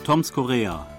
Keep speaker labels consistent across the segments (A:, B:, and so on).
A: Toms Korea.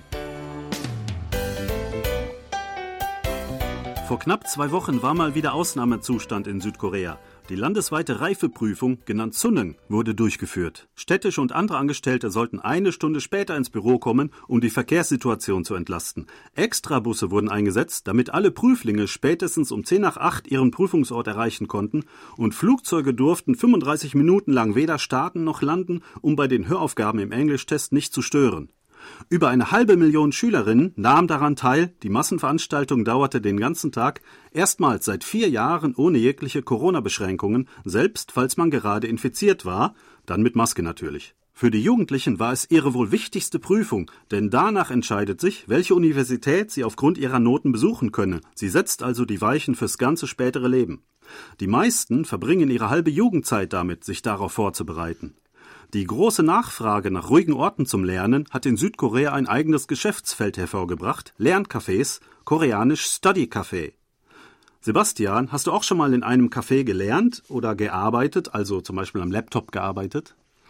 A: Vor knapp 2 Wochen war mal wieder Ausnahmezustand in Südkorea. Die landesweite Reifeprüfung, genannt Suneung, wurde durchgeführt. Städtische und andere Angestellte sollten 1 Stunde später ins Büro kommen, um die Verkehrssituation zu entlasten. Extrabusse wurden eingesetzt, damit alle Prüflinge spätestens um 7:50 ihren Prüfungsort erreichen konnten, und Flugzeuge durften 35 Minuten lang weder starten noch landen, um bei den Höraufgaben im Englischtest nicht zu stören. Über 500.000 Schülerinnen nahmen daran teil, die Massenveranstaltung dauerte den ganzen Tag, erstmals seit 4 Jahren ohne jegliche Corona-Beschränkungen, selbst falls man gerade infiziert war, dann mit Maske natürlich. Für die Jugendlichen war es ihre wohl wichtigste Prüfung, denn danach entscheidet sich, welche Universität sie aufgrund ihrer Noten besuchen könne. Sie setzt also die Weichen fürs ganze spätere Leben. Die meisten verbringen ihre halbe Jugendzeit damit, sich darauf vorzubereiten. Die große Nachfrage nach ruhigen Orten zum Lernen hat in Südkorea ein eigenes Geschäftsfeld hervorgebracht, Lerncafés, koreanisch Study Café. Sebastian, hast du auch schon mal in einem Café gelernt oder gearbeitet, also zum Beispiel am Laptop gearbeitet?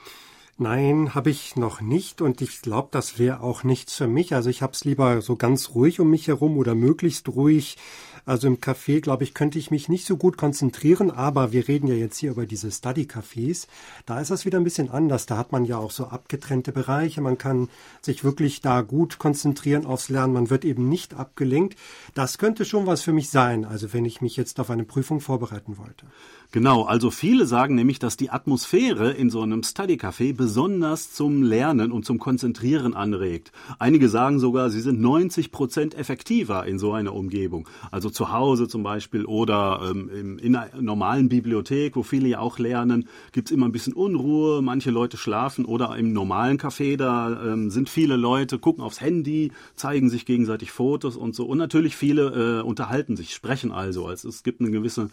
B: Nein, habe ich noch nicht, und ich glaube, das wäre auch nichts für mich. Also ich habe es lieber so ganz ruhig um mich herum oder möglichst ruhig. Also im Café, glaube ich, könnte ich mich nicht so gut konzentrieren, aber wir reden ja jetzt hier über diese Study-Cafés. Da ist das wieder ein bisschen anders. Da hat man ja auch so abgetrennte Bereiche. Man kann sich wirklich da gut konzentrieren aufs Lernen. Man wird eben nicht abgelenkt. Das könnte schon was für mich sein, also wenn ich mich jetzt auf eine Prüfung vorbereiten wollte.
A: Genau, also viele sagen nämlich, dass die Atmosphäre in so einem Study-Café besonders zum Lernen und zum Konzentrieren anregt. Einige sagen sogar, sie sind 90% effektiver in so einer Umgebung. Also zu Hause zum Beispiel oder in einer normalen Bibliothek, wo viele ja auch lernen, gibt es immer ein bisschen Unruhe, manche Leute schlafen, oder im normalen Café, da sind viele Leute, gucken aufs Handy, zeigen sich gegenseitig Fotos und so. Und natürlich viele unterhalten sich, sprechen also es gibt eine gewisse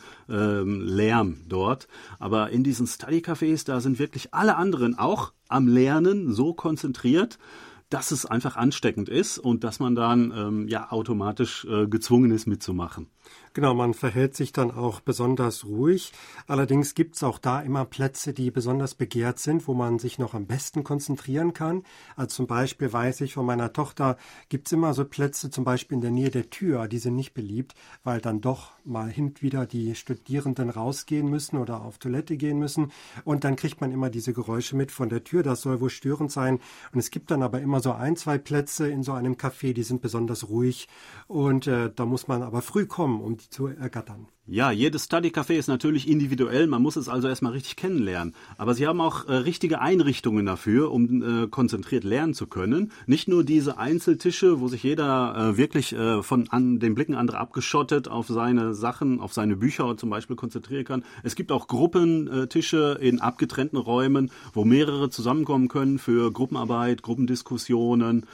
A: Lärm dort. Aber in diesen Study-Cafés, da sind wirklich alle anderen auch am Lernen so konzentriert, dass es einfach ansteckend ist und dass man dann automatisch gezwungen ist mitzumachen.
B: Genau, man verhält sich dann auch besonders ruhig. Allerdings gibt es auch da immer Plätze, die besonders begehrt sind, wo man sich noch am besten konzentrieren kann. Also zum Beispiel weiß ich von meiner Tochter, gibt es immer so Plätze, zum Beispiel in der Nähe der Tür, die sind nicht beliebt, weil dann doch mal hin und wieder die Studierenden rausgehen müssen oder auf Toilette gehen müssen. Und dann kriegt man immer diese Geräusche mit von der Tür, das soll wohl störend sein. Und es gibt dann aber immer so 1, 2 Plätze in so einem Café, die sind besonders ruhig. Und da muss man aber früh kommen, um die zu ergattern.
A: Ja, jedes Study-Café ist natürlich individuell, man muss es also erstmal richtig kennenlernen. Aber sie haben auch richtige Einrichtungen dafür, um konzentriert lernen zu können. Nicht nur diese Einzeltische, wo sich jeder wirklich von den Blicken anderer abgeschottet auf seine Sachen, auf seine Bücher zum Beispiel konzentrieren kann. Es gibt auch Gruppentische in abgetrennten Räumen, wo mehrere zusammenkommen können für Gruppenarbeit, Gruppendiskussionen.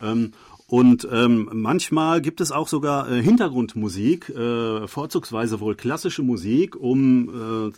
A: Und manchmal gibt es auch sogar Hintergrundmusik, vorzugsweise wohl klassische Musik, um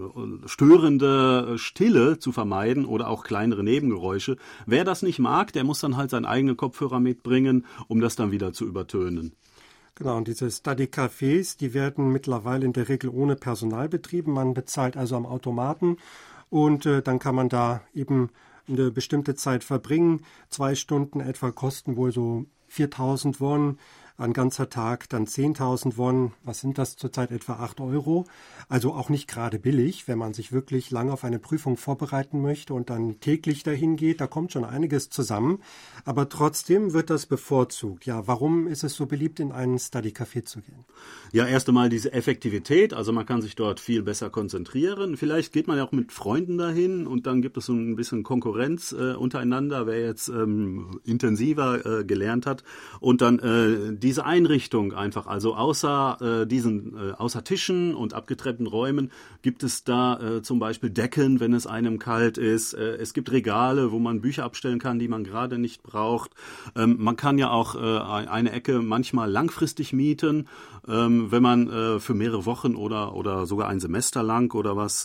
A: störende Stille zu vermeiden oder auch kleinere Nebengeräusche. Wer das nicht mag, der muss dann halt seinen eigenen Kopfhörer mitbringen, um das dann wieder zu übertönen.
B: Genau, und diese Study-Cafés, die werden mittlerweile in der Regel ohne Personal betrieben. Man bezahlt also am Automaten und dann kann man da eben eine bestimmte Zeit verbringen. 2 Stunden etwa kosten wohl so 4.000 Won, ein ganzer Tag dann 10.000 Won. Was sind das zurzeit? Etwa 8 Euro. Also auch nicht gerade billig, wenn man sich wirklich lange auf eine Prüfung vorbereiten möchte und dann täglich dahin geht. Da kommt schon einiges zusammen. Aber trotzdem wird das bevorzugt. Ja, warum ist es so beliebt, in einen Study-Café zu gehen?
A: Ja, erst einmal diese Effektivität. Also man kann sich dort viel besser konzentrieren. Vielleicht geht man ja auch mit Freunden dahin und dann gibt es so ein bisschen Konkurrenz untereinander, wer jetzt intensiver gelernt hat. Und dann diese Einrichtung einfach, also außer Tischen und abgetrennten Räumen gibt es da zum Beispiel Decken, wenn es einem kalt ist. Es gibt Regale, wo man Bücher abstellen kann, die man gerade nicht braucht. Man kann ja auch eine Ecke manchmal langfristig mieten, wenn man für mehrere Wochen oder sogar ein Semester lang oder was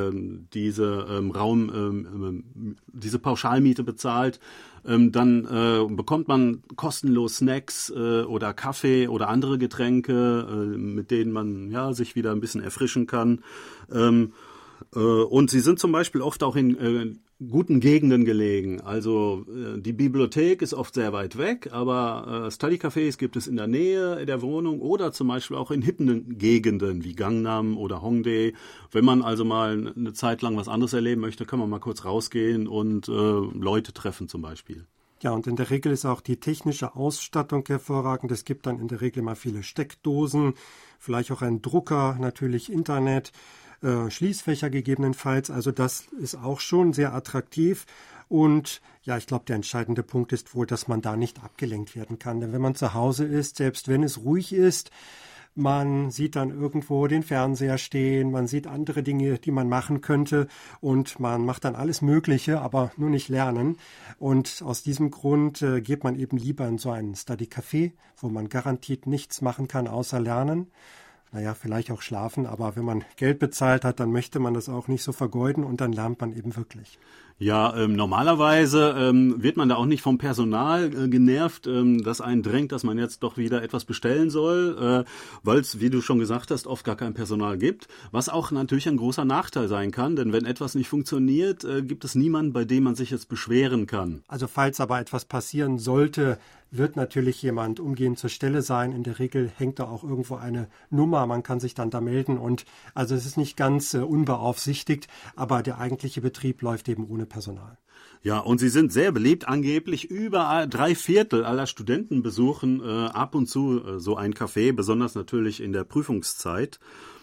A: diese Pauschalmiete bezahlt. Dann bekommt man kostenlos Snacks oder Kaffee oder andere Getränke, mit denen man sich wieder ein bisschen erfrischen kann. Und sie sind zum Beispiel oft auch in guten Gegenden gelegen. Also die Bibliothek ist oft sehr weit weg, aber Study-Cafés gibt es in der Nähe der Wohnung oder zum Beispiel auch in hippen Gegenden wie Gangnam oder Hongdae. Wenn man also mal eine Zeit lang was anderes erleben möchte, kann man mal kurz rausgehen und Leute treffen zum Beispiel.
B: Ja, und in der Regel ist auch die technische Ausstattung hervorragend. Es gibt dann in der Regel mal viele Steckdosen, vielleicht auch einen Drucker, natürlich Internet, Schließfächer gegebenenfalls. Also das ist auch schon sehr attraktiv. Und ja, ich glaube, der entscheidende Punkt ist wohl, dass man da nicht abgelenkt werden kann. Denn wenn man zu Hause ist, selbst wenn es ruhig ist, man sieht dann irgendwo den Fernseher stehen, man sieht andere Dinge, die man machen könnte und man macht dann alles Mögliche, aber nur nicht lernen. Und aus diesem Grund geht man eben lieber in so ein Study-Café, wo man garantiert nichts machen kann, außer lernen. Naja, vielleicht auch schlafen, aber wenn man Geld bezahlt hat, dann möchte man das auch nicht so vergeuden und dann lernt man eben wirklich.
A: Ja, normalerweise wird man da auch nicht vom Personal genervt, das einen drängt, dass man jetzt doch wieder etwas bestellen soll, weil es, wie du schon gesagt hast, oft gar kein Personal gibt, was auch natürlich ein großer Nachteil sein kann, denn wenn etwas nicht funktioniert, gibt es niemanden, bei dem man sich jetzt beschweren kann.
B: Also falls aber etwas passieren sollte, wird natürlich jemand umgehend zur Stelle sein. In der Regel hängt da auch irgendwo eine Nummer, man kann sich dann da melden und also es ist nicht ganz unbeaufsichtigt, aber der eigentliche Betrieb läuft eben ohne Personal.
A: Ja, und sie sind sehr beliebt, angeblich über 3/4 aller Studenten besuchen ab und zu so ein Café, besonders natürlich in der Prüfungszeit.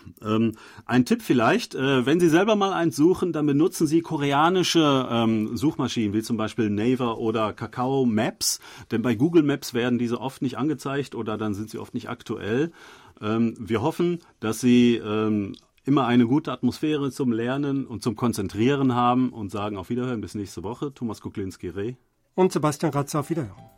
A: Ein Tipp vielleicht, wenn Sie selber mal eins suchen, dann benutzen Sie koreanische Suchmaschinen, wie zum Beispiel Naver oder Kakao Maps, denn bei Google Maps werden diese oft nicht angezeigt oder dann sind sie oft nicht aktuell. Wir hoffen, dass Sie immer eine gute Atmosphäre zum Lernen und zum Konzentrieren haben und sagen auf Wiederhören bis nächste Woche. Thomas Kuklinski-Reh
B: und Sebastian Ratzer, auf Wiederhören.